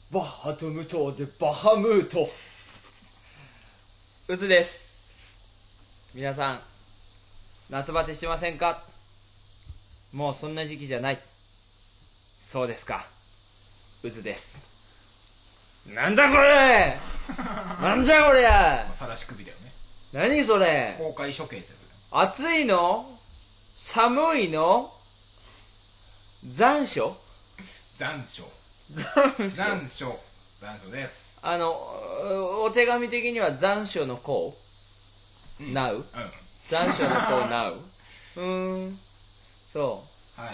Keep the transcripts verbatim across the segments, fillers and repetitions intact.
バッハと武藤でバハムート。うつです。皆さん夏バテしてませんか？もうそんな時期じゃない。そうですか、うつです。なんだこれなんじゃこりゃ。 さらし首だよね。 何それ。 公開処刑ってやつ。 暑いの？寒いの？残暑？ 残暑残暑残暑です。 あのお手紙的には残暑の子、 うん、 なう、 うん、 残暑の子なううーん、そう、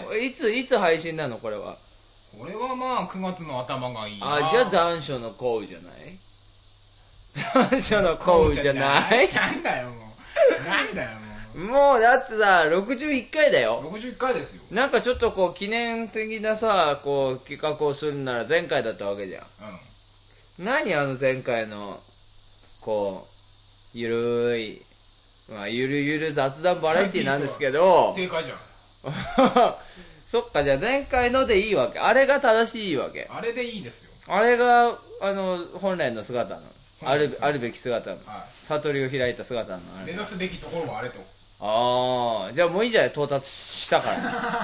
はい、いついつ配信なのこれは。 これはまあくがつの頭がいいな。 あ、じゃあ残暑の子じゃない？残暑の子じゃない？ なんだよもうなんだよもうもうだってさろくじゅういっかいだよ。 ろくじゅういっかいですよ。 なんかちょっとこう記念的なさこう企画をするなら前回だったわけじゃん。うん、何あの前回のこうゆるい、まあ、ゆるゆる雑談バラエティなんですけど正解じゃんそっか、じゃあ前回のでいいわけ。あれが正しいわけ。 あれでいいですよ。 あれがあの本来の姿のある、あるべき姿の、はい、悟りを開いた姿のあれ目指すべきところはあれと。 ああ、じゃあもういいんじゃない、到達したから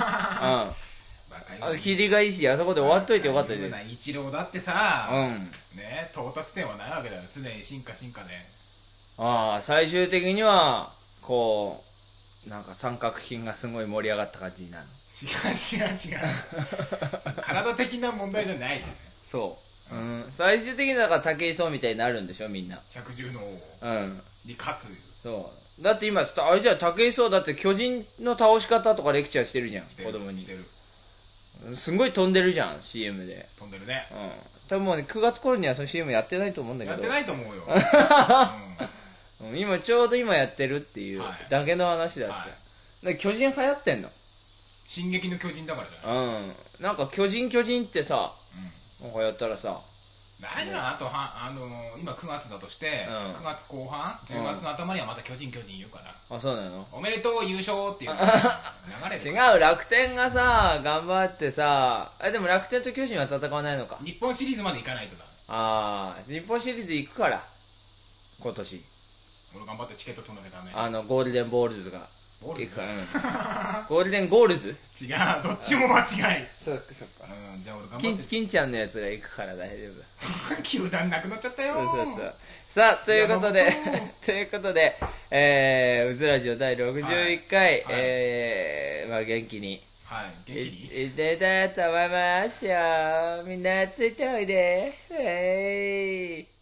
うん、切りがいいしあそこで終わっといてよかったじゃん。 一郎だってさ、うん、ね、到達点はないわけだよ。常に進化進化で、 ああ、最終的にはこうなんか三角筋がすごい盛り上がった感じになる。 違う違う違う体的な問題じゃないじゃん。 そう、うん、最終的にだから武井壮みたいになるんでしょみんな。 百獣の王、うん、に勝つ。 そうだって今あれじゃ武井壮だって巨人の倒し方とかレクチャーしてるじゃん。子供にしてる。すんごい飛んでるじゃん シーエム で。 飛んでるね。 うん、多分もうねくがつ頃にはその シーエム やってないと思うんだけど。 やってないと思うよ、 うん、今ちょうど今やってるっていうだけの話だって、はい、で巨人流行ってんの。 進撃の巨人だからじゃない。 うん、なんか巨人巨人ってさ、うん、なんかやったらさ何があとはあのー、今くがつだとして、うん、くがつこう半じゅうがつの頭にはまた巨人巨人言うから、 うん、あ、そうなの。 おめでとう優勝っていう流れで違う、楽天がさ頑張ってさあ。でも楽天と巨人は戦わないのか。 日本シリーズまで行かないとだ。 ああ、日本シリーズ行くから今年。 俺頑張ってチケット取らなきゃダメ。 あのゴールデンボールズがゴールデンゴールデンゴールズ違う、 どっちも間違いそっかそっか、 うん、じゃあ俺頑張って金ちゃんのやつが行くから大丈夫球団なくなっちゃったよ。 そうそうそう。さあということでということで、えー、うずラジオだいろくじゅういっかい、はい、えー、まあ元気にはい元気にいってたと思いますよ。みんなついておいで。えー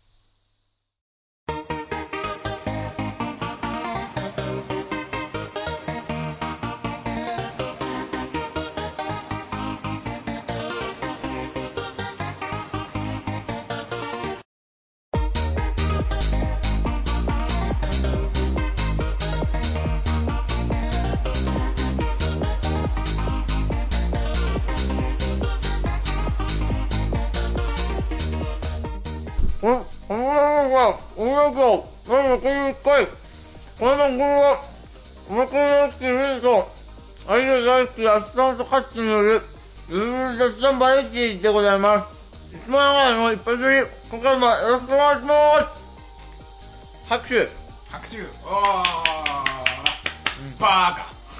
このこの番組は音楽をだいろくじゅういっかい。この番組はお祭り大好きフルとアイドル大好きアスタントカッチによるゆるゆる雑談バラエティーでございます。いつもながらの一発撮り、今回もよろしくお願いします。拍手拍手。おー、バー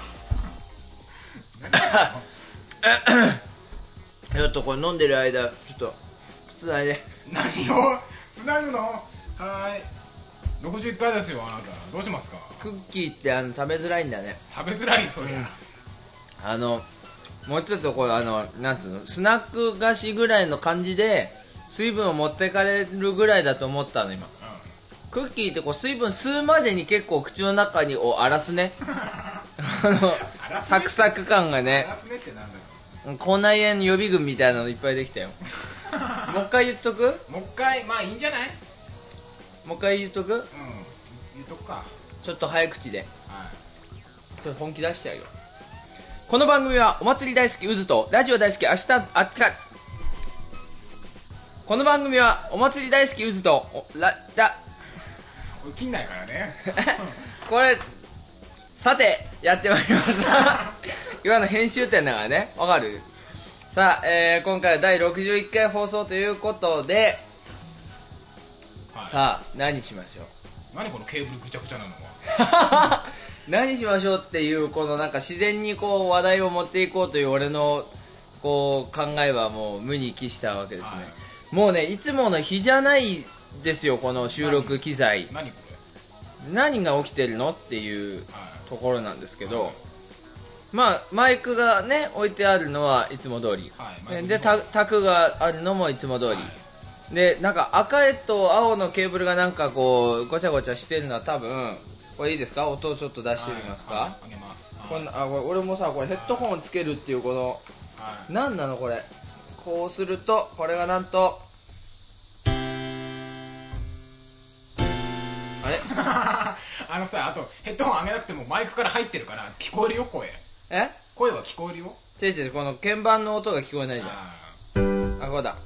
カちょっとこれ飲んでる間ちょっとつないで。 何をつなぐの。はーい、ろくじゅういっかいですよ。あなたどうしますか。 クッキーってあの食べづらいんだね。 食べづらいよそりゃ、 うん、あのもうちょっとこれあのなんつうのスナック菓子ぐらいの感じで水分を持ってかれるぐらいだと思ったの今、うん、クッキーってこう水分吸うまでに結構口の中にを荒らすねあのサクサク感がね。 荒らすねってなんだろう。 口内炎予備軍みたいなのいっぱいできたよもう一回言っとく。 もう一回、まあいいんじゃない。 もう一回言っとく。うん、 言っとくか。 ちょっと早口で、はい、ちょっと本気出してやるよ。この番組はお祭り大好きうずとラジオ大好き明日あっかこの番組はお祭り大好きうずとラだ俺切んないからねこれさてやってまいりました今の編集点だからね、わかる。 さあ、えー、今回はだいろくじゅういっかい放送ということで、はい、さあ何しましょう。 何このケーブルぐちゃぐちゃなのは何しましょうっていうこのなんか自然にこう話題を持っていこうという俺のこう考えはもう無に帰したわけですね、はい、もうねいつもの日じゃないですよこの収録機材。 何、何これ何が起きてるのっていうところなんですけど、はい、まあマイクがね置いてあるのはいつも通り、はい、でタクがあるのもいつも通り、はい、でなんか赤と青のケーブルがなんかこうごちゃごちゃしてるのは多分これいいですか、音をちょっと出してみますか。はいはい、あげます、はい、こんなあ俺もさこれヘッドホンをつけるっていうこの、はい、何なのこれ。こうするとこれがなんとあれあのさ、あとヘッドホン上げなくてもマイクから入ってるから聞こえるよ声。 え声は聞こえるよ。 違う違う、この鍵盤の音が聞こえないじゃん。あ、こうだ。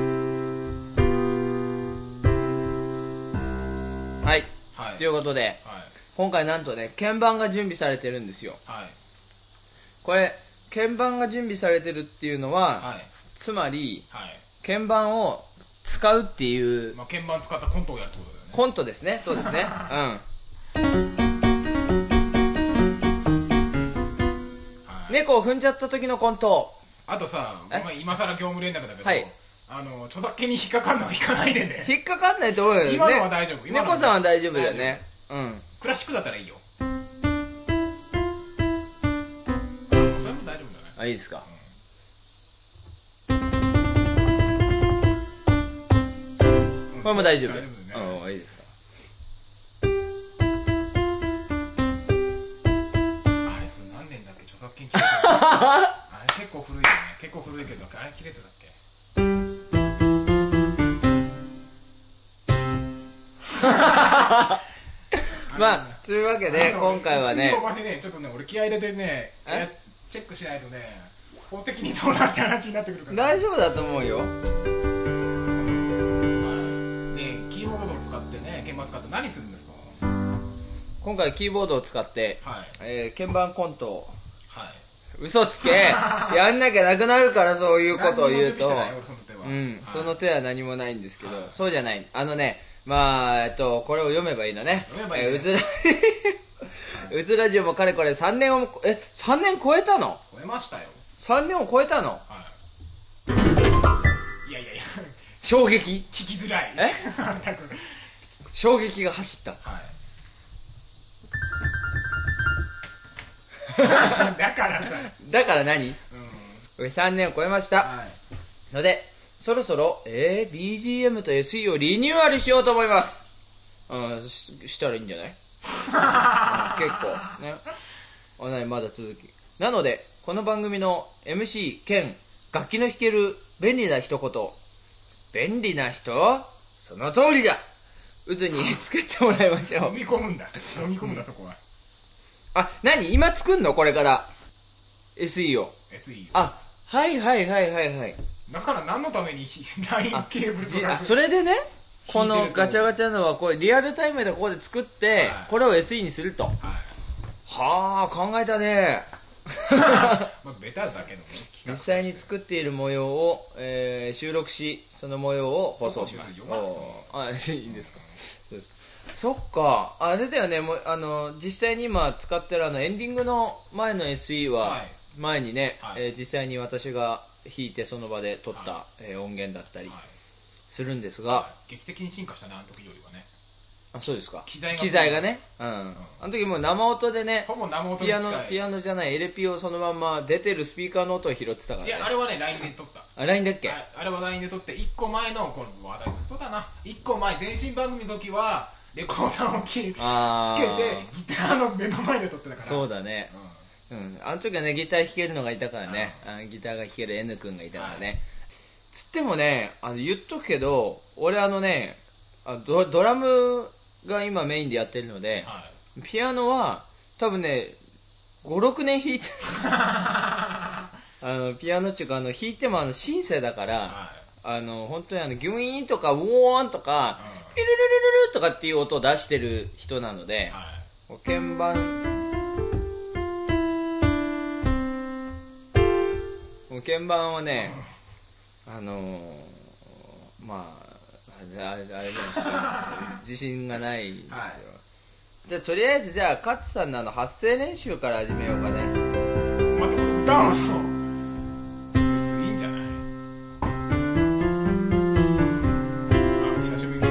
はい、はい、ということで、はい、今回なんとね鍵盤が準備されてるんですよ、はい、これ鍵盤が準備されてるっていうのは、はい、つまり、はい、鍵盤を使うっていう、 まあ、鍵盤使ったコントをやるってことだよね。 コントですね、そうですねうん、はい、猫を踏んじゃった時のコント。 あとさ、ごめん今更業務連絡だけど、はい、あの著作権に引っかかんのは引っかかないでね。 引っかかんないと思うよね。 今のは大丈夫。 猫さんは大丈夫だよね。うん。 クラシックだったらいいよ。それも大丈夫じゃない。 あ、いいですか。うん、これも大丈夫。大丈夫ね。うん、いいですか。 あれそれ何年だっけ著作権切れてた。あれ結構古いよね。結構古いけどあれ切れてたっけ。 まあというわけで今回はね、 ちょっとね俺気合い入れてねチェックしないとね法的にどうなって話になってくるから。 大丈夫だと思うよ。でキーボードを使ってね鍵盤使って何するんですか。 今回キーボードを使って、はい、えー、鍵盤コントを、はい、嘘つけやんなきゃなくなるから、そういうことを言うとうん、はい、その手は何もないんですけど、はい、そうじゃない。あのね、まあえっとこれを読めばいいのね。えうつらうつラジオもかれこれさんねんをえさんねん超えたの。 超えましたよ。 さんねんを超えたの。はい、 いやいやいや衝撃。 聞きづらい。 え衝撃が走った。 はいだからさだから何、うん、さんねんを超えました、はい、のでそろそろ、えー、ビージーエム と エスイー をリニューアルしようと思います。うん、し, したらいいんじゃない、うん、結構ね。あ、なにまだ続きなのでこの番組の エムシー 兼楽器の弾ける便利な一言、便利な人その通りだ渦に作ってもらいましょう。 飲み込むんだ飲み込むんだ、うん、そこは。 あ、何今作んのこれから エスイー を。 エスイー をあ、はいはいはいはいはい。 だから何のためにラインケーブルとか。 あ、それでね、このガチャガチャのはこれリアルタイムでここで作って、はい、これを エスイー にすると。はい、はあ、考えたねまずベタだけどね。 実際に作っている模様を、えー、収録しその模様を放送します。あ、いいですか。そうです。そっか、あれだよね。もうあの実際に今使ってるあのエンディングの前の エスイー は前にね、はい、えー、実際に私が弾いてその場で撮った、はい、えー、音源だったりするんですが、はい、劇的に進化したね、あの時よりはね。 あ、そうですか。 機材が、 機材がね、うん、うん、あの時もう生音でね、 ほぼ生音にピアノピアノじゃない エルピー をそのまま出てるスピーカーの音を拾ってたからね。 いや、あれはね ライン で撮った。 あ、ライン だっけ。 あ, あれは ライン で撮って、いっこまえのこの話題そうだな、いっこまえ前身番組の時はレコーダーをつけてギターの目の前で撮ってたから。 そうだね、うん、うん、あの時はねギター弾けるのがいたからね、あギターが弾ける N 君がいたからね、はい、つってもね、あの言っとくけど俺あのねあ ド, ドラムが今メインでやってるので、はい、ピアノは多分ねごろくねん弾いてあのピアノっていうかあの弾いてもあのシンセだから、はい、あの本当にあのギュイーンとかウォーンとか、うん、ルルルルルルとかっていう音を出してる人なので、はい、鍵盤鍵鍵盤はね、あのー、まああれあれなんですよ自信がないんですよ、はい、じゃあとりあえずじゃあ勝さんのあの発声練習から始めようかね。 待ってこれ歌うの別にいいんじゃない。あ久しぶりに見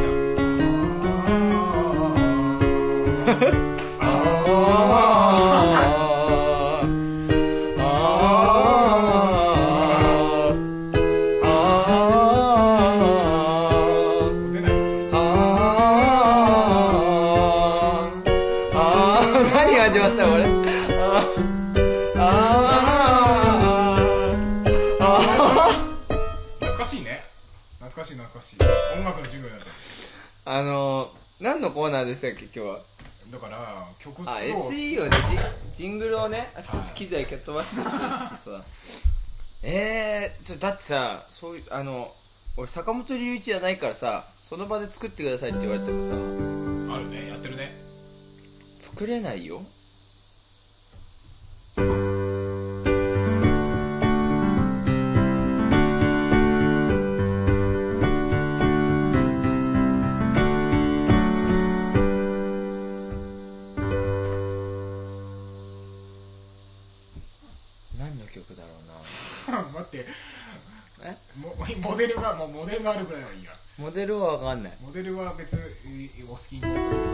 たああのー、何のコーナーでしたっけ今日は。 だから曲作ろう。 あ エスイー をね ジ, ジングルをねちょっと機材飛ばしてるんですけどさえーちょだってさそういうあの俺坂本龍一じゃないからさその場で作ってくださいって言われてもさあるねやってるね作れないよ。 モデルがもうモデルがあるぐらいはいいや。 モデルは分かんない。 モデルは別にお好きに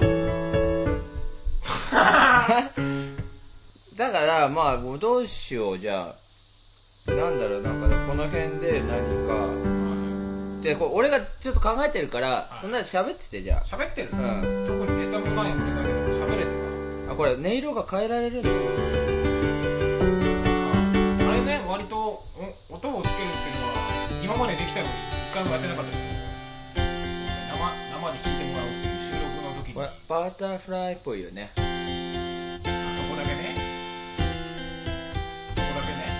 だからまあどうしよう。じゃあなんだろうなんか、ね、この辺で何かでこう俺がちょっと考えてるから、はい、そんなに喋っててじゃあ喋ってる、 うん、 特にネタもない俺だけど喋れてる。 あこれ音色が変えられるんだよ。 あれね割と音をつけるっていうのは今までできたのに一回もやってなかったですね。生, 生で弾いてもらうっていう収録の時にこれバタフライっぽいよね。 あそこだけねそこだけね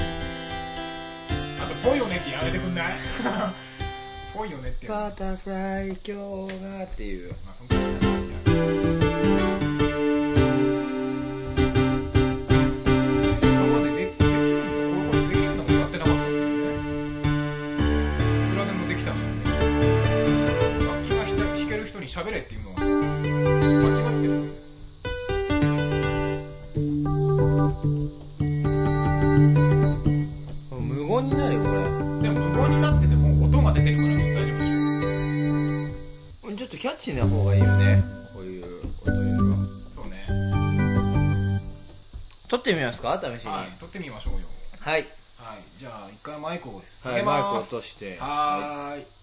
あとぽいよねってやめてくんないぽいよねってバタフライ今日がっていう、まあ、そんな喋れっていうのは間違ってる。 無言になるよこれ。 でも無言になってても音が出てるから大丈夫でしょ。 ちょっとキャッチーな方がいいよねこういう音よりは。 そうね。 撮ってみますか試しに。 はい撮ってみましょうよ。 はいはいじゃあ一回マイクを下げます。はいマイクを落としてはーい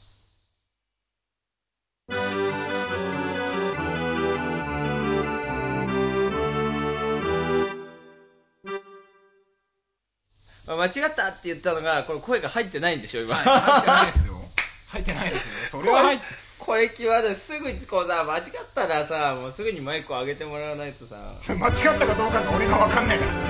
間違ったって言ったのがこれ声が入ってないんでしょ今、 はい、入ってないですよ入ってないですよそれは入ってこれ際ですぐこうさ間違ったらさもうすぐにマイクを上げてもらわないとさ間違ったかどうかが俺が分かんないからさ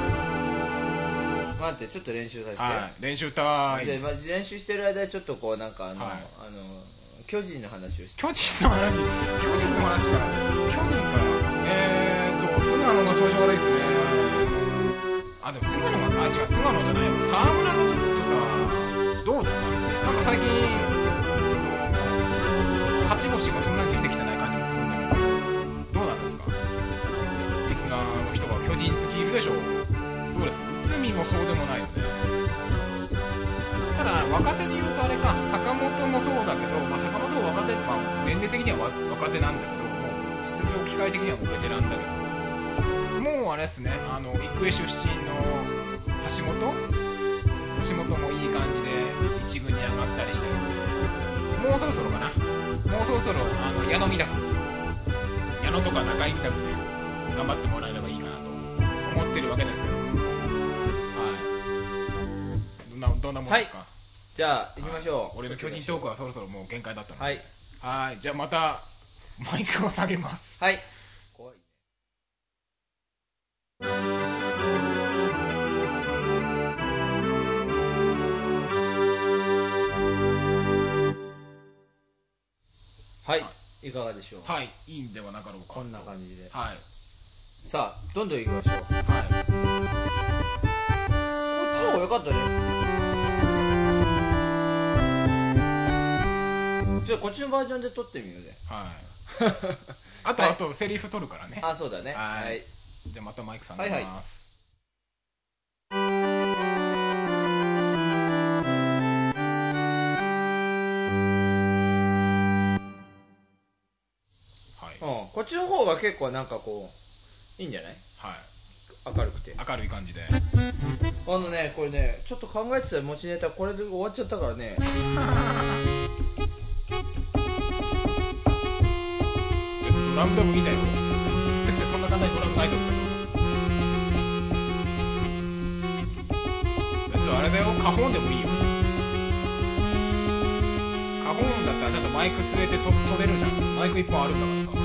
待ってちょっと練習させて、 はい、練習タイムで、まあ、練習してる間ちょっとこうなんかあの、はい、あの巨人の話をして巨人の話巨人の話から巨人からえーっと菅野の調子悪いですねあでも菅野があ違う菅野じゃないよ沢村がちょっとさどうですかなんか最近勝ち星がそんなについてきてない感じもするんだけどどうなんですかリスナーの人が巨人好きいるでしょうどうです内海もそうでもないよねただ若手で言うとあれか坂本もそうだけど、まあ、坂本も若手、まあ、年齢的には若手なんだけどもう出場機会的にはもうベテランだけどもうあれですねあの育英出身の橋本橋本もいい感じで一軍に上がったりしてるのでもうそろそろかなもうそろそろあの矢野みたく矢野とか中井みたくね頑張ってもらえればいいかなと思ってるわけですけどはいどんなどんなもんですか、はいじゃあ行きましょう、はい、 俺の巨人トークはそろそろもう限界だったのではいはいじゃあまたマイクを下げますはい怖いはい、はい、いかがでしょうはいいいんではなかろうかこんな感じではいさあどんどんいきましょうはいこっちの方がよかったね。じゃあこっちのバージョンで撮ってみようぜ。 はいあと、はい、あとセリフ撮るからね。 あ、そうだね。 はい、はい、じゃあまたマイクさん出ます。はいはいうん、こっちの方が結構なんかこういいんじゃない？はい、明るくて明るい感じで。 あのね、これねちょっと考えてた持ちネタこれで終わっちゃったからねドラムでもいいんだよ。つっててそんな簡単にドラムないと思うけど、別にあれだよ、カホンでもいいよ。カホンだったらちゃんとマイクつけて飛べるじゃん。マイクいっぽんあるんだからさ。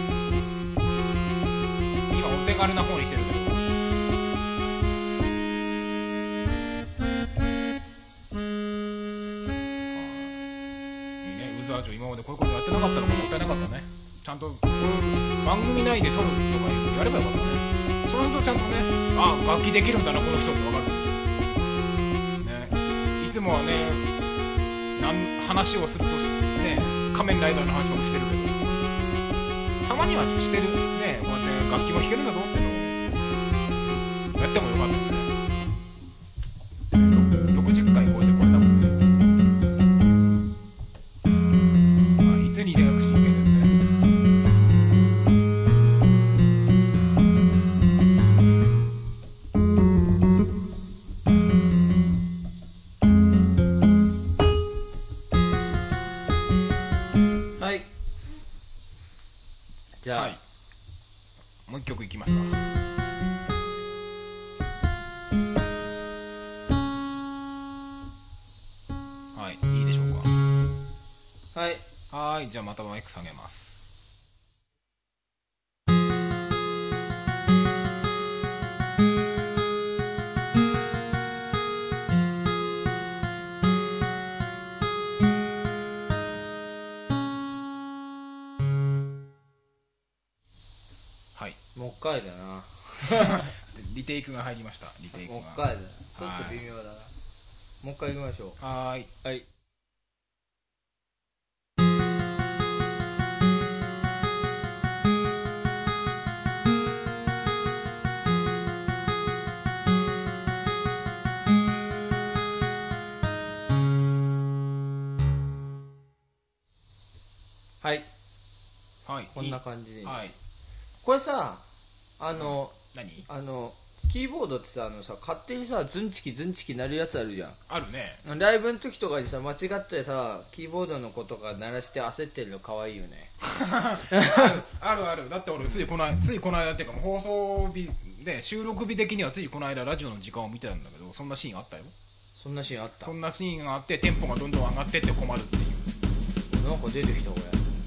今お手軽な方にしてるけど、いいね。ウザージョ今までこういうことやってなかったのがもったいなかったね。ちゃんと番組内で撮るとかやればよかったね。そうするとちゃんとね、あ、楽器できるんだなこの人って分かるね。いつもはね、なん話をするとね、仮面ライダーの話ばっかしてるけど、たまにはしてるね、こうやって楽器も弾けるんだぞってのをやってもよかったよね。ろくじゅっかい超えてこれだもんね。まあ、いつに大学真剣ですね。 じゃあ、はい、 もう一曲いきますか。はい、いいでしょうか。 はいはい、じゃあまたマイク下げます。はい、 もう一回だなリテイクが入りました。リテイクがもう一回だ。ちょっと微妙だな。もう一回行きましょう。 はーい。 はい。はいはい、 こんな感じでいい、 はい、 これさ、あの、 うん、何？ あのキーボードってさ、あのさ勝手にさズンチキズンチキ鳴るやつあるじゃん。 あるね。 ライブの時とかにさ間違ってさキーボードの子とか鳴らして焦ってるの可愛いよねあるある。だって俺ついこの間ついこの間っていうか放送日で収録日的にはついこの間ラジオの時間を見てたんだけど、そんなシーンあったよ。 そんなシーンあった。 そんなシーンがあってテンポがどんどん上がってって困るっていう。 なんか出てきたこれ。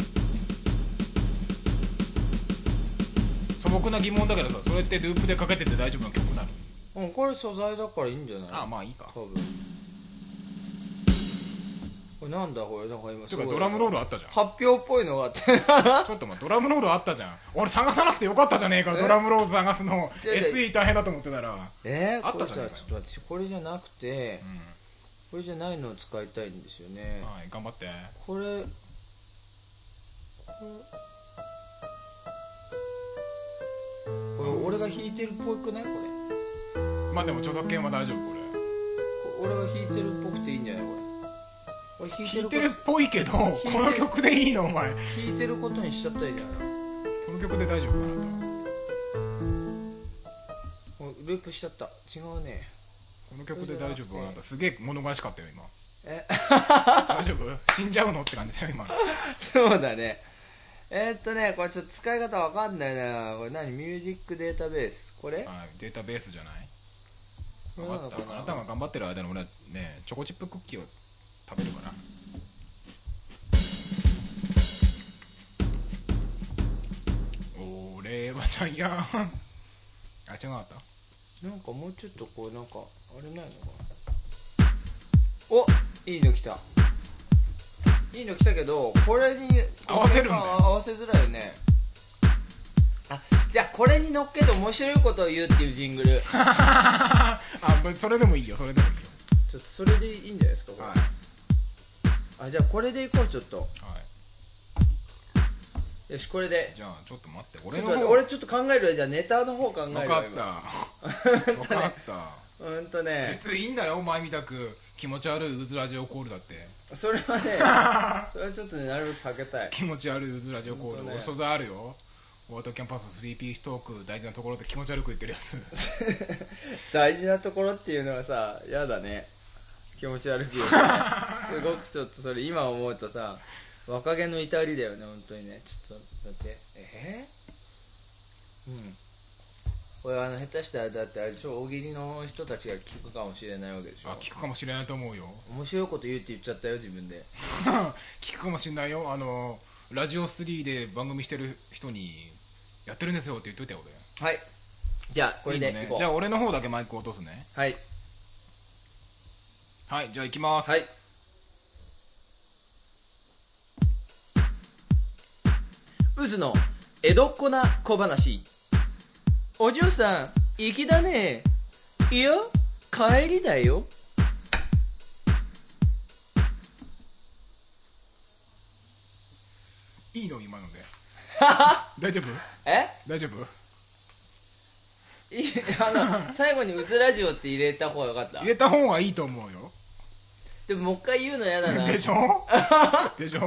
素朴な疑問だけどさ、それってループでかけてて大丈夫な曲なの？ うん、これ素材だからいいんじゃない？ ああ、まあいいか。 多分これなんだこれ、なんか今ちょっとドラムロールあったじゃん。 発表っぽいのがあってちょっと待って、ドラムロールあったじゃん。俺探さなくてよかったじゃねえか。ドラムロール探すの エスイー 大変だと思ってたら。 えー、 あったじゃねえかよ。 ちょっと待って、これじゃなくて、うん、これじゃないのを使いたいんですよね。 はい、頑張って。 これこれこれ俺が弾いてるっぽくない？これまあでも著作権は大丈夫。これ俺が弾いてるっぽくていいんじゃない？これこれ弾いてる弾いてるっぽいけど、この曲でいいのお前。 弾いてることにしちゃったらいいじゃない。 この曲で大丈夫かな。 ループしちゃった。違うね。 この曲で大丈夫かな。すげえ物悲しかったよ今。 え大丈夫？死んじゃうのって感じだよ今。 そうだね。えー、っとね、これちょっと使い方わかんないな。これ何？ミュージックデータベース。これ？ あ、データベースじゃない？ 分かった。 あなたが頑張ってる間に俺はね、チョコチップクッキーを食べるから。俺はジャイアン。あ、違かった。 なんかもうちょっとこうなんかあれないのかな。お、いいの来た。いいの来たけど、これに合わせるんだよ。 合わせづらいよね。 あ、じゃあこれに乗っけて面白いことを言うっていうジングルあ、それでもいいよ、それでもいいよ。 ちょっとそれでいいんじゃないですか、これ。 はい、 あ、じゃあこれでいこう、ちょっと。 はい、 よし、これで。 じゃあちょっと待って、 俺俺の方俺ちょっと考えるわ。じゃあネタの方考えるわ。 分かった分かったうんとね、 別にいいんだよ、お前みたく気持ち悪いうずラジオコールだって。 それはねそれはちょっとね、なるべく避けたい。 気持ち悪いうずラジオコール、 ね、 俺素材あるよ。ワートキャンパススリーピーストーク大事なところで気持ち悪く言ってるやつ大事なところっていうのはさ、やだね、気持ち悪く言うすごくちょっとそれ今思うとさ、若気の至りだよね、本当にね。ちょっとだってえー、うんこれあの下手したらだってあれでしょ、大喜利の人たちが聞くかもしれないわけでしょ。 あ、聞くかもしれないと思うよ。 面白いこと言うって言っちゃったよ、自分で聞くかもしれないよ。あのラジオスリーで番組してる人にやってるんですよって言っといたよ俺。 はい、じゃあこれでいこう。 いいね、じゃあ俺の方だけマイク落とすね。 はいはい、じゃあ行きます。 はい。渦の江戸っ子な小話。お嬢さん粋だね。いや帰りだよ。 いいの今ので大丈夫？ え大丈夫？ いあの最後にうずラジオって入れた方がよかった。 入れた方がいいと思うよ。 でももう一回言うのやだなでしょでしょ、うん、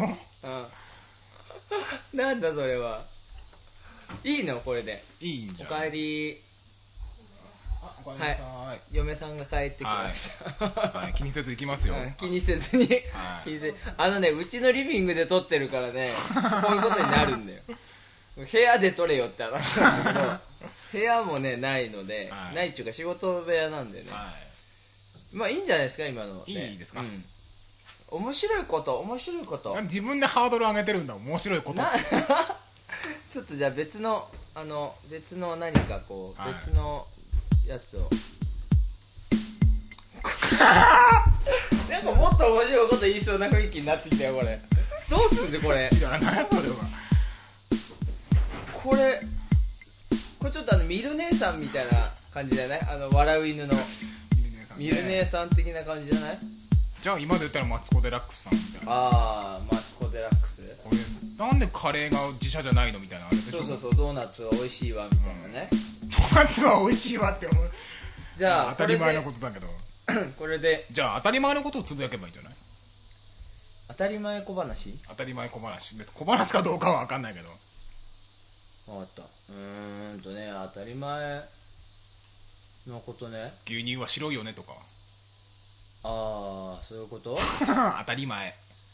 なんだそれはいいのこれで。 いいんじゃん。 おかえり。 あ、おかえりなさい、 はい、嫁さんが帰ってきました、 はいはい、気にせず行きますよ、 うん、気にせずに、はい、気にせずあのね、うちのリビングで撮ってるからね、こういうことになるんだよ部屋で撮れよって話なんだけど部屋もねないので、はい、ないっていうか仕事部屋なんでね、はい、まあいいんじゃないですか今の、ね、 いいですか、うん、 面白いこと面白いこと自分でハードル上げてるんだ、面白いことちょっとじゃあ別のあの別の何かこう、はい、別のやつをなんかもっと面白いこと言いそうな雰囲気になってきたよこれ。どうすんでこれ。 知らないそれは。 これこれちょっとあのミル姉さんみたいな感じじゃない？あの笑う犬のミル姉さん的な感じじゃない？ じゃあ今で言ったらマツコ・デラックスさんみたいな。 ああ、マツコ・デラックス。 これなんでカレーが自社じゃないのみたいなあれでしょ。 そうそうそう、ドーナツは美味しいわみたいなね、うん、 ドーナツは美味しいわって思う。 じゃあ当たり前のことだけどこれでじゃあ当たり前のことをつぶやけばいいんじゃない？ 当たり前小話？ 当たり前小話、別に小話かどうかは分かんないけど。 分かった。うーんとね、当たり前のことね。 牛乳は白いよねとか。 ああ、そういうこと当たり前。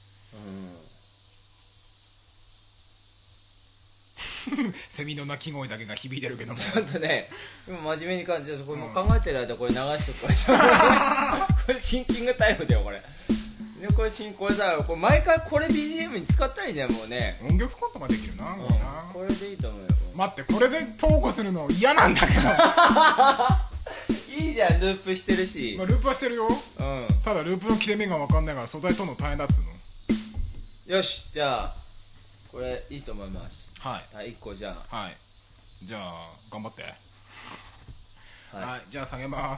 うんセミの鳴き声だけが響いてるけどもちょっとね、今真面目に感じて、これもう考えてる間これ流しとくからこれシンキングタイムだよこれ。でこれこれさ、これ毎回これ ビージーエム に使ったらいいじゃんもうね。 音楽コントができるな、うん、これな。 これでいいと思うよ。 待って、これで投稿するの嫌なんだけどいいじゃん、ループしてるし、 まあ、ループはしてるよ、うん、ただループの切れ目が分かんないから素材取るの大変だっつうの。よし、じゃあこれいいと思います。 はい、 はい、いっこじゃあ、 はい、じゃあ頑張って。はい、はい、じゃあ下げます。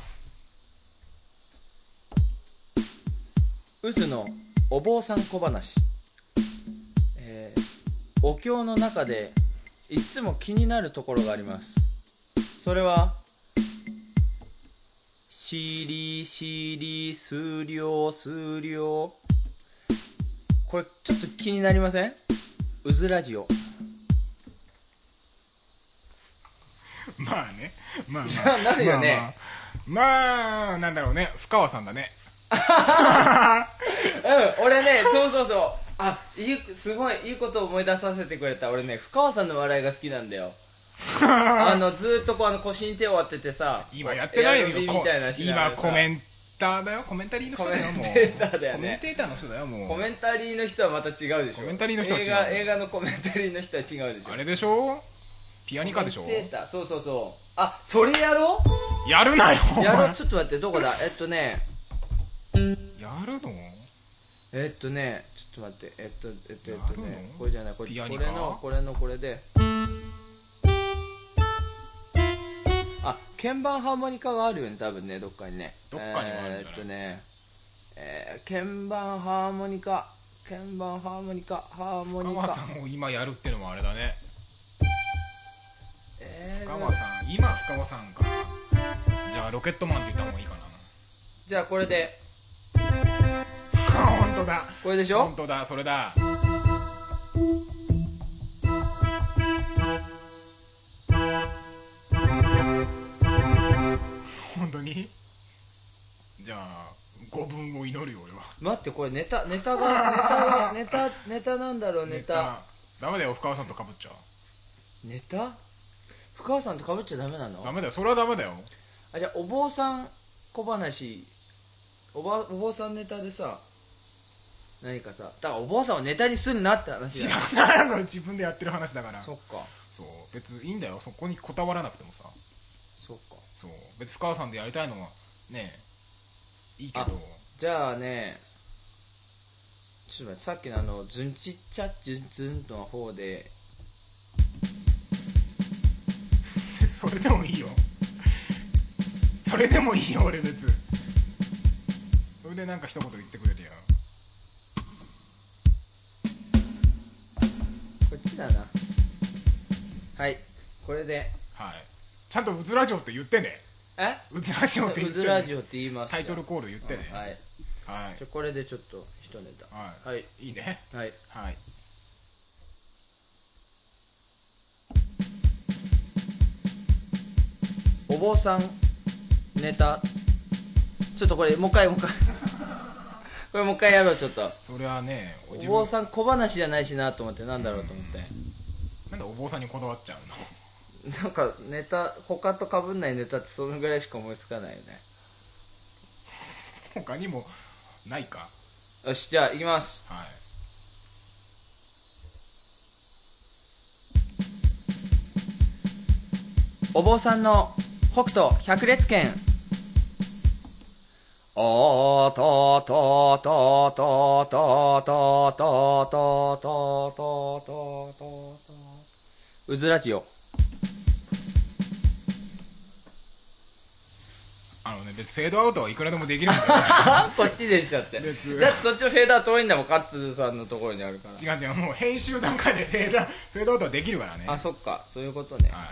渦のお坊さん小話、えー、お経の中でいつも気になるところがあります。それはしりしりすりょうすりょう、これちょっと気になりません？うずラジオまあね、まあまあなるよね。 まあ、まあ、まあ、なんだろうね、深川さんだねうん、俺ね、そうそうそう、あ、いい、すごいいいことを思い出させてくれた。俺ね、深川さんの笑いが好きなんだよあのずーっとこうあの腰に手を当ててさ、 今やってないよ。 みたいな今コメンターだよ、コメンタリーの人だよ。もうコメンテーターだよね。 コメンテーターの人だよ。もうコメンタリーの人はまた違うでしょ。 コメンタリーの人は違う。 映画、映画のコメンタリーの人は違うでしょ。 あれでしょ、ピアニカでしょ。 コメンテーター、そうそうそう。あ、それやろう。やるなよ。 やろう。ちょっと待って、どこだ。えっとねやるの？ えっとね、ちょっと待って、えっとえっとえっとね、これじゃない、これ、 ピアニカ、これのこれのこれで。 あ、鍵盤ハーモニカがあるよね、多分ね、どっかにね。 どっかにはあるんじゃないえー、っとね、えー、鍵盤ハーモニカ、鍵盤ハーモニカ、ハーモニカ。 深川さんを今やるってのもあれだね。 えー、 深川さん、今深川さんか。じゃあロケットマンって言った方がいいかな。 じゃあこれで。 本当だ。 これでしょ。 本当だ、それだ。本当に。じゃあごぶんを祈るよ俺は。 待って、これネタネタがネタがネタネタなんだろう。ネタダメだよ、深川さんと被っちゃう。 ネタ深川さんと被っちゃダメなの。 ダメだよ、それはダメだよ。 あ、じゃあお坊さん小話、おばお坊さんネタでさ、何かさ、だからお坊さんをネタにするなって話知だよ。 らない、それ自分でやってる話だから。 そっか。 そう、別にいいんだよ、そこにこだわらなくてもさ。 そっか。 そう、別に深川さんでやりたいのはねいいけど。 じゃあね、ちょっと待って、さっきのあのズンチッチャッズンズンの方でそれでもいいよ。それでもいいよ、俺別。それでなんか一言言ってくれるよ。 こっちだな。はい、これで。 はい、ちゃんとうずラジオって言ってね。 え、 うずラジオって言ってね。 うずラジオって言います。 タイトルコール言ってね。 はい、 はい、 じゃこれでちょっと一ネタ。 はい、 はい、 いいね。 はい、 はい。 お坊さんネタ。ちょっとこれもう一回もう一回これもう一回やろう。ちょっとそれはね、 お坊さん小話じゃないしなと思って、なんだろうと思って。 なんでお坊さんにこだわっちゃうの。 なんかネタ、他と被んないネタってそのぐらいしか思いつかないよね。 他にもないか。 よし、じゃあ行きます。 はい。 お坊さんの北斗百裂拳。おーととととととととととととうずラジオ。 あのね、別にフェードアウトはいくらでもできるんだよ。 こっちでしちゃって。だってそっちのフェーダー遠いんだもん、勝さんのところにあるから。 違う違う、もう編集段階でフェードフェードアウトはできるからね。 あ、そっか、そういうことね。 はい、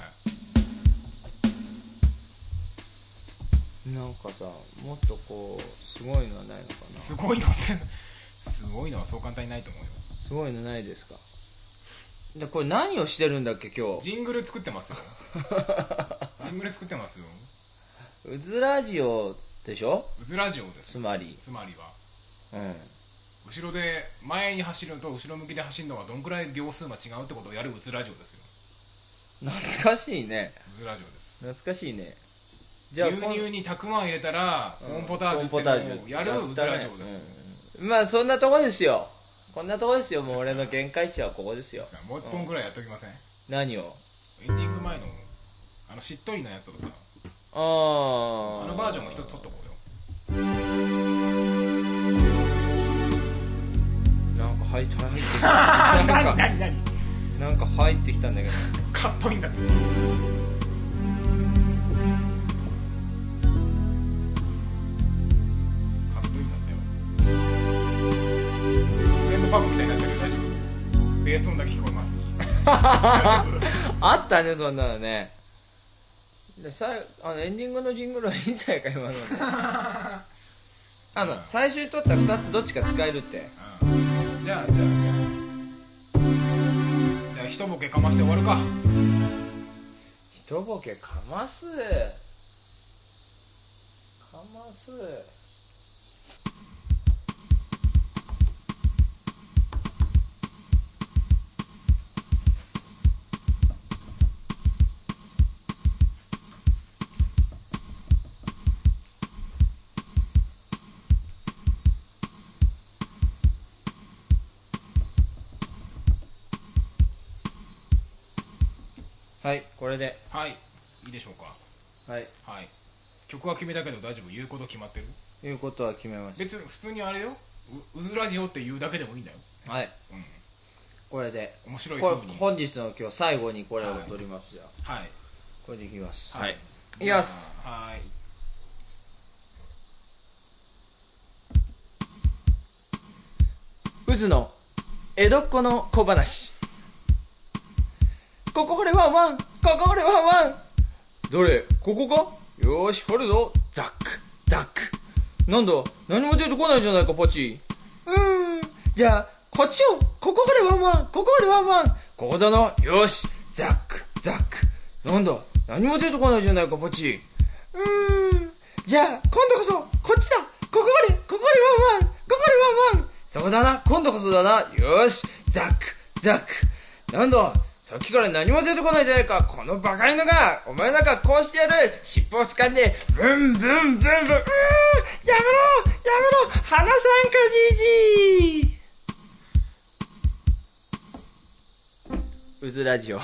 なんかさ、もっとこうすごいのはないのかな。 すごいのってすごいのはそう簡単にないと思うよ。 すごいのないですか。でこれ何をしてるんだっけ今日。 ジングル作ってますよ。ジングル作ってますよ。 うずラジオでしょ。 うずラジオです。 つまりつまりは、 うん、 後ろで前に走るのと後ろ向きで走るのがどんくらい秒数が違うってことをやるうずラジオですよ。 懐かしいね。 うずラジオです。 懐かしいね。 じゃあ牛乳にたくあん入れたらコーンポタージュってのをやるうずラジオです、 うん、まあそんなとこですよ。こんなとこですよ。もう俺の限界値はここですよ。 もう一本くらいやっておきません、うん、 何を。 エンディング前のあのしっとりなやつをさ、 ああのバージョンも一つ取っとこうよ。 なんか入って入ってきた。 何何何なんか入ってきたんだけど。 カットインだって。パブみたいになってるけど大丈夫？ベース音だけ聞こえます。 あったね、そんなのね。でさあのエンディングのジングルはいいんじゃないか今ので。あの、うん、最初に撮ったふたつどっちか使えるって、 うん、じゃあじゃあじゃあじゃあ一ボケかまして終わるか。 一ボケかますかますはい、これで。 はい、いいでしょうか。 はい。 はい。曲は決めたけど大丈夫？言うこと決まってる？ 言うことは決めました。 別に普通にあれよ。う, うずラジオって言うだけでもいいんだよ。 はい。うん。これで。 面白い風に。 本日の今日最後にこれを撮りますよ。 はい。 これでいきます。 はい。はい。 いきます。 はい。 渦の江戸っ子の小話。こここれワンワン、こここれワンワン。どれ、ここか。よーし、掘るぞ。ザックザック。なんだ、何も出てこないじゃないか、ポチ。うーん、じゃあこっちを。こここれワンワン、こここれワンワン。ここだな。よーし、ザックザック。なんだ、何も出てこないじゃないか、ポチ。うーん、じゃあ今度こそこっちだ。こここれ、こここれワンワン、こここれワンワン。そこだな、今度こそだな。よーし、ザックザック。なんだ、さっきから何も出てこないじゃないか、このバカ犬が。お前なんかこうしてやる。尻尾を掴んでブンブンブンブン。うーん、やめろやめろ、花さんかじじい。うずラジオ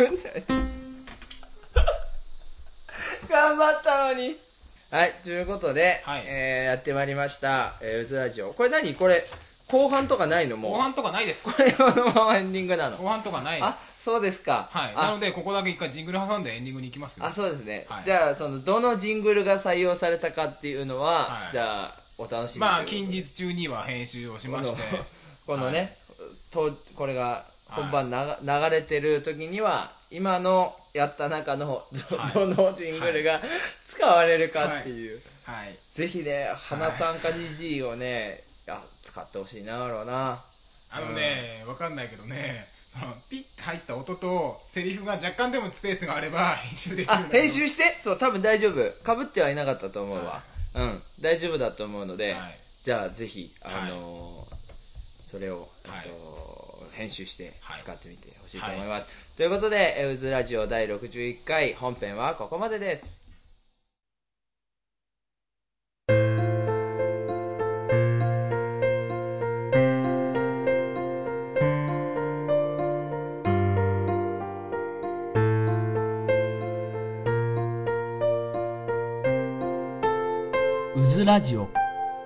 頑張ったのに。はい、ということで、はい、えー、やってまいりました、えー、うずラジオ。これ何、これ後半とかないの？もう後半とかないです。 これこのままエンディングなの？ 後半とかないです。 あ、そうですか。 はい。なのでここだけ一回ジングル挟んでエンディングに行きますよ。 あ、そうですね。 はい、 じゃあそのどのジングルが採用されたかっていうのは、はい、じゃあお楽しみに。 まあ近日中には編集をしましてこのね、はい、とこれが本番なが、はい、流れてる時には今のやった中の ど,、はい、どのジングルが使われるかっていう、 はいはい、 ぜひね、花さんかじじいをね、あ、使ってほしいな。だろうな。 あのね、うん、わかんないけどね、ピッて入った音とセリフが若干でもスペースがあれば編集できるんだけど。 あ、編集して、そう、多分大丈夫。かぶってはいなかったと思うわ、はい、うん、大丈夫だと思うので、はい、じゃあぜひ、あのーはい、それを、はい、と編集して使ってみてほしいと思います、はい、ということで、うずラジオだいろくじゅういっかい本編はここまでです。うずラジオ。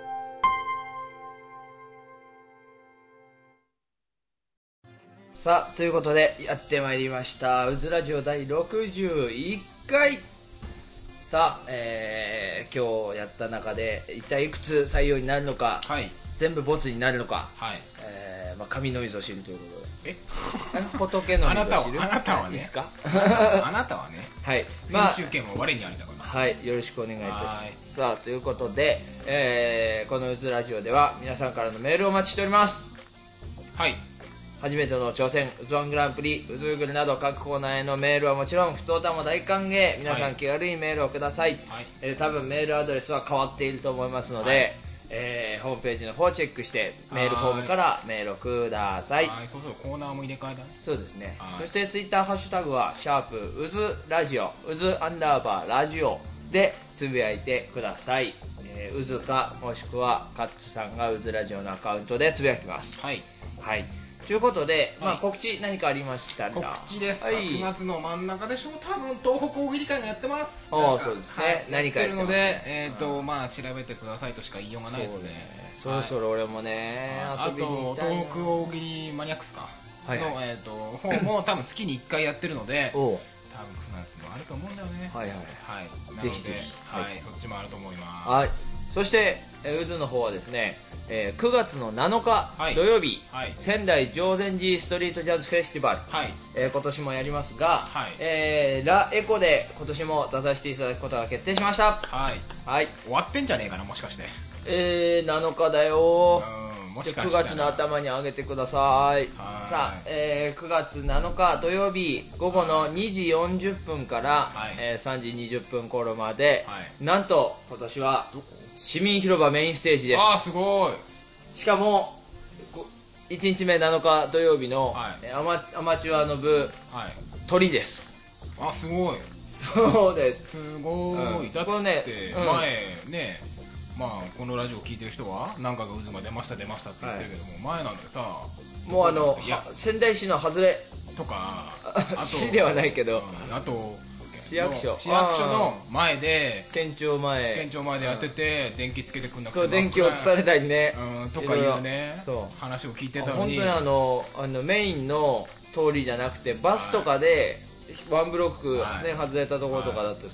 さあ、ということでやってまいりましたうずラジオだいろくじゅういっかい。さあ、えー、今日やった中で一体いくつ採用になるのか、はい、全部ボツになるのか、はい、えーまあ、神の味噌汁ということで、え仏の味噌汁。 あなたはね、いいですかあなたはね、はい、まあ、編集権は我にありだから、 はい、よろしくお願いいたします。さあ、ということで、えー、このうずラジオでは皆さんからのメールをお待ちしております。はい、初めての挑戦、うずワングランプリ、うずうぐるなど各コーナーへのメールはもちろん、ふつおたも大歓迎。皆さん気軽にメールをください、はい、えー、多分メールアドレスは変わっていると思いますので、はい、えー、ホームページの方をチェックしてメールフォームからメールをください。 はい、そうそう、コーナーも入れ替えだね。 そうですね。そしてツイッターハッシュタグはシャープうずラジオ、うずアンダーバーラジオでつぶやいてください。えー、うずかもしくはカッツさんがうずラジオのアカウントでつぶやきます。はい、はい、ということで、はい、まあ、告知何かありましたら。 告知ですか、はい、くがつの真ん中でしょう、多分東北大喜利会がやってます。 ああ、そうですね、はい、何かやってるので、 えーと、うん、まあ調べてくださいとしか言いようがないですね。 そろそろ俺もね、はい、遊びに行きたいな。 あと東北大喜利マニアックスか、はい、の、えーと方も多分月にいっかいやってるので多分くがつもあると思うんだよね。はいはいはい、ぜひぜひ、はい、そっちもあると思います。はい、 そしてうずの方はですね、えー、くがつのなのか土曜日、はい、仙台定禅寺ストリートジャズフェスティバル、はい、えー、今年もやりますが、はい、えー、ラエコで今年も出させていただくことが決定しました。はい、はい、 終わってんじゃねえかな、もしかして。 えー、なのかだよ。もしかしたらくがつの頭に上げてください。さあ、えー、くがつなのか土曜日午後のにじよんじゅっぷんから、はい、えー、さんじにじゅっぷん頃まで、はい、なんと今年は市民広場メインステージです。 あー、すごい。 しかもいちにちめなのか土曜日の、はい、アマ、アマチュアの部、はい、鳥です。 あ、すごい。 そうです。 すごい、うん、だって前ね、まあこのラジオ聞いてる人は何かが渦が出ました出ましたって言ってるけども、はい、前なんてさ、 もうあの仙台市の外れとか、 市ではないけど、 うん、あと市役所市役所の前で県庁前県庁前でやってて、うん、電気つけてくんなくて、 そう、電気落とされたりね、 うん、とかいうね、そう話を聞いてたのに、 本当にあのあのメインの通りじゃなくてバスとかでワンブロックね、はい、外れたところとかだったんですけど、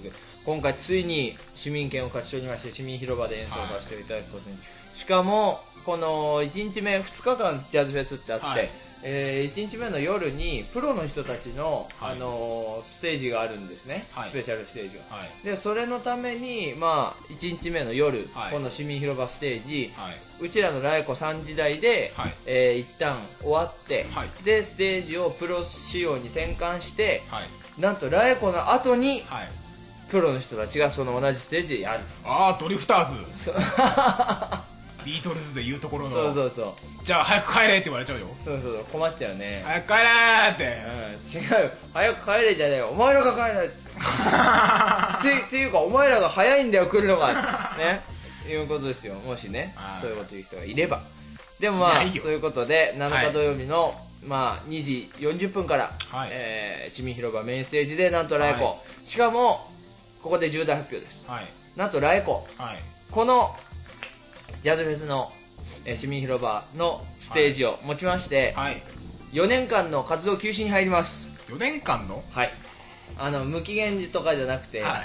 今回ついに市民権を勝ち取りまして、市民広場で演奏をさせていただくことに、はい、しかもこのいちにちめふつかかんジャズフェスってあって、はい、えー、いちにちめの夜にプロの人たちの、はい、あのー、ステージがあるんですね、はい、スペシャルステージが、はい、でそれのために、まあ、いちにちめの夜、はい、この市民広場ステージ、はい、うちらのライコさんじ台で、はい、えー、一旦終わって、はい、でステージをプロ仕様に転換して、はい、なんとライコの後に、はい、プロの人たちがその同じステージでやると。 ああ、ドリフターズビートルズでいうところの、 そうそうそう、 じゃあ早く帰れって言われちゃうよ。 そうそうそう、困っちゃうね。 早く帰れーって、 うん、違うよ、早く帰れじゃねえよ、お前らが帰れってっていうか、お前らが早いんだよ来るのがねいうことですよ。もしねそういうこと言う人がいれば。でもまあそういうことでなのか土曜日の、はい、まあ、にじよんじゅっぷんから、はい、えー、市民広場メインステージでなんとライコ、はい、しかもここで重大発表です、はい、なんとライコ、はい、このジャズフェスの、えー、市民広場のステージをもちまして、はいはい、よねんかんの活動休止に入ります。 よねんかんの、 はい、あの無期限とかじゃなくて、はい、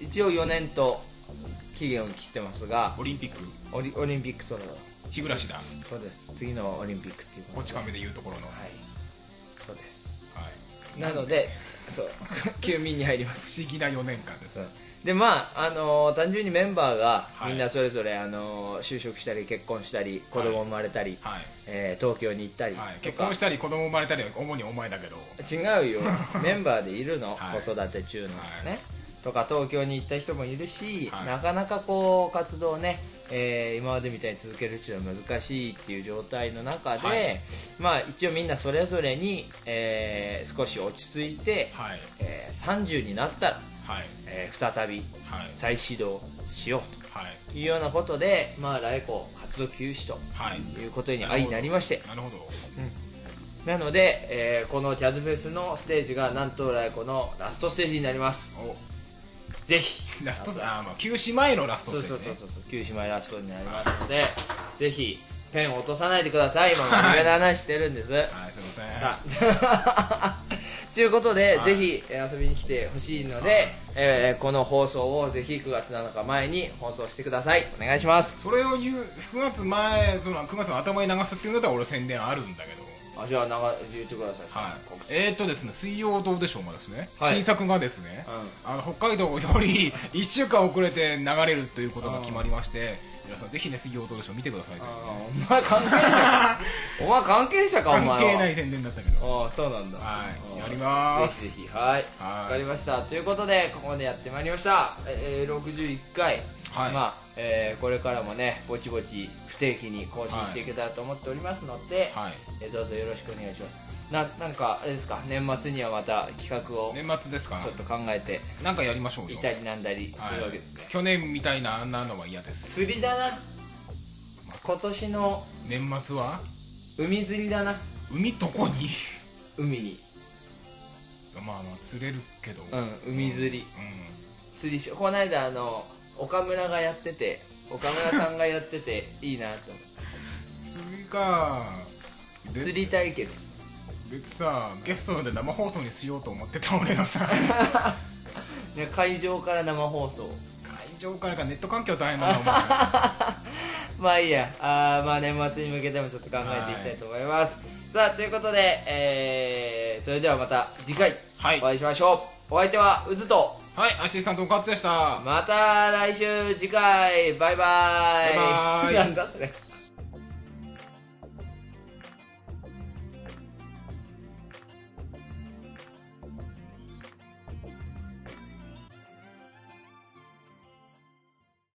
一応よねんと期限を切ってますが、 オリンピックオリ、オリンピック、そうだ、 日暮らしだ、 そうです、次のオリンピックっていうこち亀でいうところの、 はい、そうです、はい、なのでそう休眠に入ります。 不思議なよねんかんです。 でまああのー、単純にメンバーがみんなそれぞれ、はい、あのー、就職したり結婚したり子供生まれたり、はい、えー、東京に行ったり、はい、 結婚したり子供生まれたりは主にお前だけど違うよメンバーでいるの、はい、子育て中の、はい、ねとか東京に行った人もいるし、はい、なかなかこう活動ね、えー、今までみたいに続けるっていうのは難しいっていう状態の中で、はい、まあ一応みんなそれぞれに、えー、少し落ち着いて、はい、えー、さんじゅうになったら、はい、えー、再び再始動しようというようなことで、まあ、ライコ活動休止ということに相なりまして、 なるほど、 うん、なので、えー、このジャズフェスのステージがなんとライコのラストステージになります。ぜひラストあ、まあ、休止前のラストステージ、ね、 そうそうそうそう、休止前ラストになりますので、ぜひペンを落とさないでください。今真面目な話してるんです。はい、 すいませんということで、はい、ぜひ遊びに来てほしいので、はい、えー、この放送をぜひくがつなのか前に放送してください。お願いします。 それを言うくがつまえ、そのくがつの頭に流すっていうんだったら俺宣伝あるんだけど、 あ、じゃあ長言ってください。 はい、えーっとですね、水曜どうでしょうもですね、はい、新作がですね、うん、あの北海道よりいっしゅうかん遅れて流れるということが決まりまして、皆さんぜひね水曜どうでしょう見てください。 お前関係者かお前関係者かお前は。 関係ない宣伝だったけど。 ああ、そうなんだ。 はい、やりまーす。 ぜひぜひ、はい、わかりました。ということでここまでやってまいりました、えー、ろくじゅういっかい、はい、まあ、えー、これからもねぼちぼち不定期に更新していけたらと思っておりますので、はい、えー、どうぞよろしくお願いします。な, なんかあれですか、年末にはまた企画を年末ですか、 ちょっと考えてなんかやりましょうよ。 いたりなんだりするわけですね、はい、 去年みたいなあんなのは嫌です。 釣りだな、今年の年末は海釣りだな。 海どこに海にまあまあ釣れるけど、 うん、海釣り、うん、釣りしこの間あの岡村がやってて岡村さんがやってていいなと思って釣りか釣り対決。 別さゲストで生放送にしようと思ってた俺のさ会場から生放送、 会場からかネット環境大変なのお前まあいいや、あまあ年末に向けてもちょっと考えていきたいと思います。さあということで、えー、それではまた次回お会いしましょう、はい、お相手はうずと、 はい、アシスタントのカツでした。 また来週次回、バイバイ。 バイバイなんだそれ